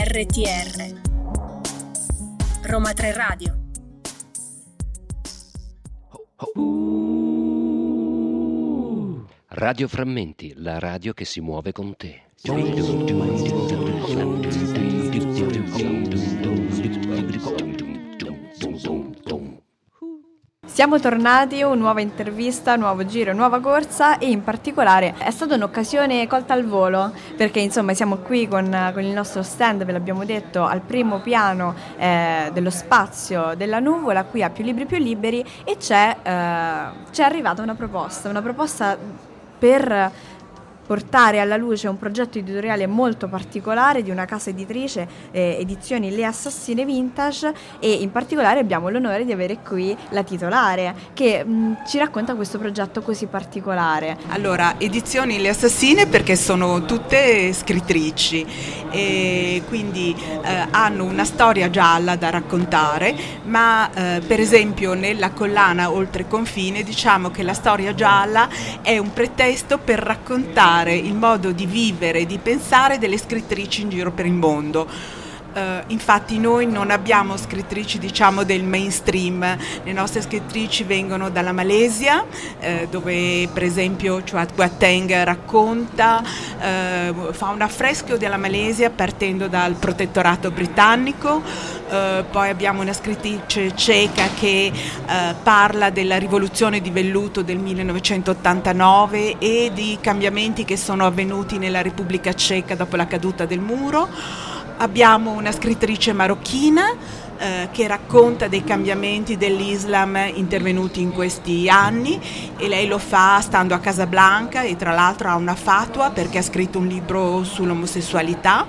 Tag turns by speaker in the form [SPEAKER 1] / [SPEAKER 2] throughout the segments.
[SPEAKER 1] RTR Roma 3 Radio.
[SPEAKER 2] Radio Frammenti, la radio che si muove con te.
[SPEAKER 3] Siamo tornati, nuova intervista, nuovo giro, nuova corsa e in particolare è stata un'occasione colta al volo perché insomma siamo qui con il nostro stand, ve l'abbiamo detto, al primo piano dello spazio della nuvola, qui a Più Libri Più Liberi e c'è arrivata una proposta per portare alla luce un progetto editoriale molto particolare di una casa editrice, edizioni Le Assassine Vintage, e in particolare abbiamo l'onore di avere qui la titolare che ci racconta questo progetto così particolare.
[SPEAKER 4] Allora, edizioni Le Assassine perché sono tutte scrittrici e quindi hanno una storia gialla da raccontare, ma per esempio nella collana Oltre Confine diciamo che la storia gialla è un pretesto per raccontare il modo di vivere e di pensare delle scrittrici in giro per il mondo. Infatti noi non abbiamo scrittrici diciamo del mainstream, le nostre scrittrici vengono dalla Malesia dove per esempio Chuat Guateng racconta, fa un affresco della Malesia partendo dal protettorato britannico, poi abbiamo una scrittrice ceca che parla della rivoluzione di velluto del 1989 e di cambiamenti che sono avvenuti nella Repubblica Ceca dopo la caduta del muro. Abbiamo una scrittrice marocchina che racconta dei cambiamenti dell'Islam intervenuti in questi anni e lei lo fa stando a Casablanca e tra l'altro ha una fatwa perché ha scritto un libro sull'omosessualità.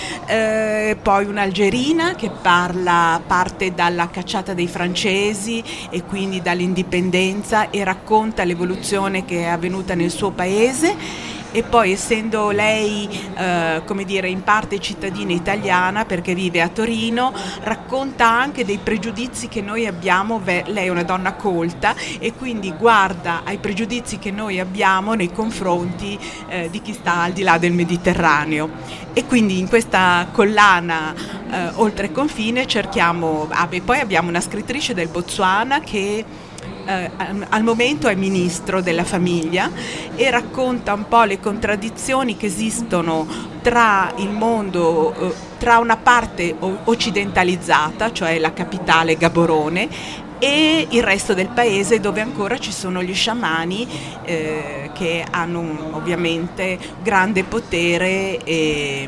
[SPEAKER 4] Poi un'algerina che parte dalla cacciata dei francesi e quindi dall'indipendenza e racconta l'evoluzione che è avvenuta nel suo paese. E poi essendo lei come dire in parte cittadina italiana perché vive a Torino, racconta anche dei pregiudizi che noi abbiamo, lei è una donna colta e quindi guarda ai pregiudizi che noi abbiamo nei confronti di chi sta al di là del Mediterraneo. E quindi in questa collana Oltre Confine cerchiamo, poi abbiamo una scrittrice del Botswana che al momento è ministro della famiglia e racconta un po' le contraddizioni che esistono tra il mondo, tra una parte occidentalizzata, cioè la capitale Gaborone, e il resto del paese dove ancora ci sono gli sciamani che hanno ovviamente grande potere e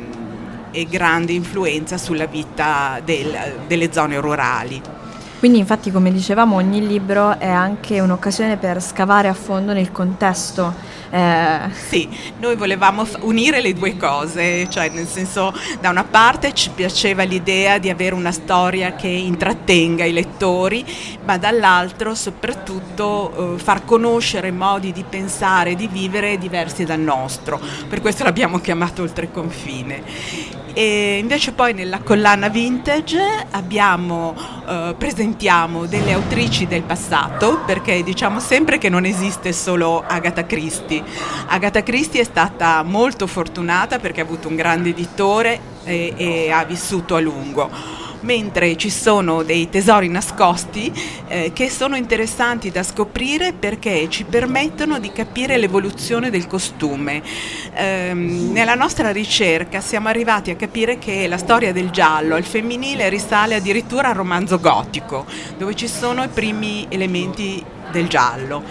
[SPEAKER 4] grande influenza sulla vita delle zone rurali.
[SPEAKER 3] Quindi infatti, come dicevamo, ogni libro è anche un'occasione per scavare a fondo nel contesto.
[SPEAKER 4] Sì, noi volevamo unire le due cose, cioè nel senso da una parte ci piaceva l'idea di avere una storia che intrattenga i lettori, ma dall'altro soprattutto far conoscere modi di pensare e di vivere diversi dal nostro, per questo l'abbiamo chiamato Oltre Confine. E invece poi nella collana vintage presentiamo delle autrici del passato, perché diciamo sempre che non esiste solo Agatha Christie. Agatha Christie è stata molto fortunata perché ha avuto un grande editore e ha vissuto a lungo. Mentre ci sono dei tesori nascosti che sono interessanti da scoprire perché ci permettono di capire l'evoluzione del costume. Nella nostra ricerca siamo arrivati a capire che la storia del giallo al femminile risale addirittura al romanzo gotico, dove ci sono i primi elementi del giallo.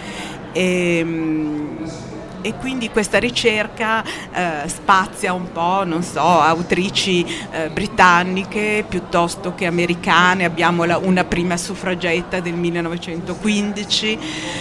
[SPEAKER 4] E quindi questa ricerca spazia un po', non so, autrici britanniche piuttosto che americane. Abbiamo una prima suffragetta del 1915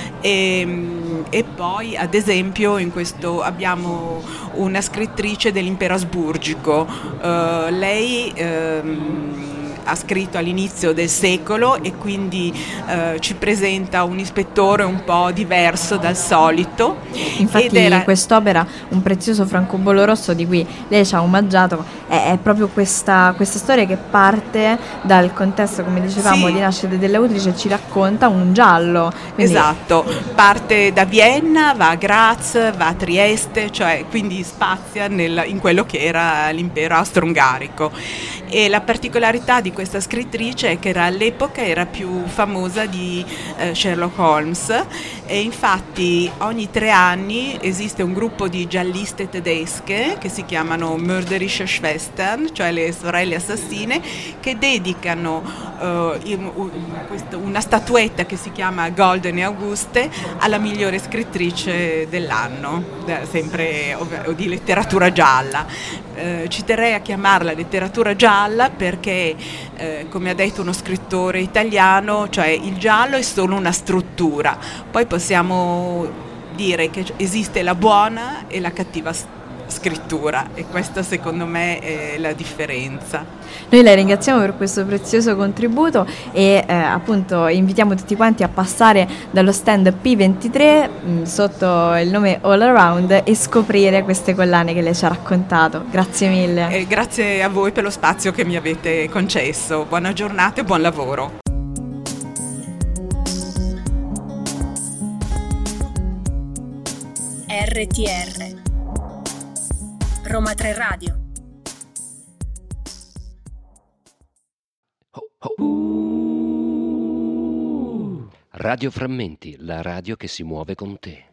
[SPEAKER 4] e poi ad esempio in questo abbiamo una scrittrice dell'impero asburgico. Lei ha scritto all'inizio del secolo e quindi ci presenta un ispettore un po' diverso dal solito.
[SPEAKER 3] Infatti quest'opera, Un prezioso francobollo rosso, di cui lei ci ha omaggiato, è proprio questa storia che parte dal contesto, come dicevamo, di nascita dell'autrice, ci racconta un giallo. Quindi...
[SPEAKER 4] Esatto, parte da Vienna, va a Graz, va a Trieste, cioè quindi spazia in quello che era l'impero austro-ungarico. E la particolarità di questa scrittrice è che all'epoca era più famosa di Sherlock Holmes, e infatti ogni 3 anni esiste un gruppo di gialliste tedesche che si chiamano Mörderische Schwestern, cioè le sorelle assassine, che dedicano una statuetta che si chiama Goldene Auguste alla migliore scrittrice dell'anno, sempre di letteratura gialla. Ci terrei a chiamarla letteratura gialla perché, come ha detto uno scrittore italiano, cioè il giallo è solo una struttura, poi possiamo dire che esiste la buona e la cattiva scrittura, e questa secondo me è la differenza.
[SPEAKER 3] Noi la ringraziamo per questo prezioso contributo e appunto invitiamo tutti quanti a passare dallo stand P23 sotto il nome All Around e scoprire queste collane che lei ci ha raccontato. Grazie mille.
[SPEAKER 4] Grazie a voi per lo spazio che mi avete concesso. Buona giornata e buon lavoro.
[SPEAKER 1] RTR Roma 3 Radio.
[SPEAKER 2] Radio Frammenti, la radio che si muove con te.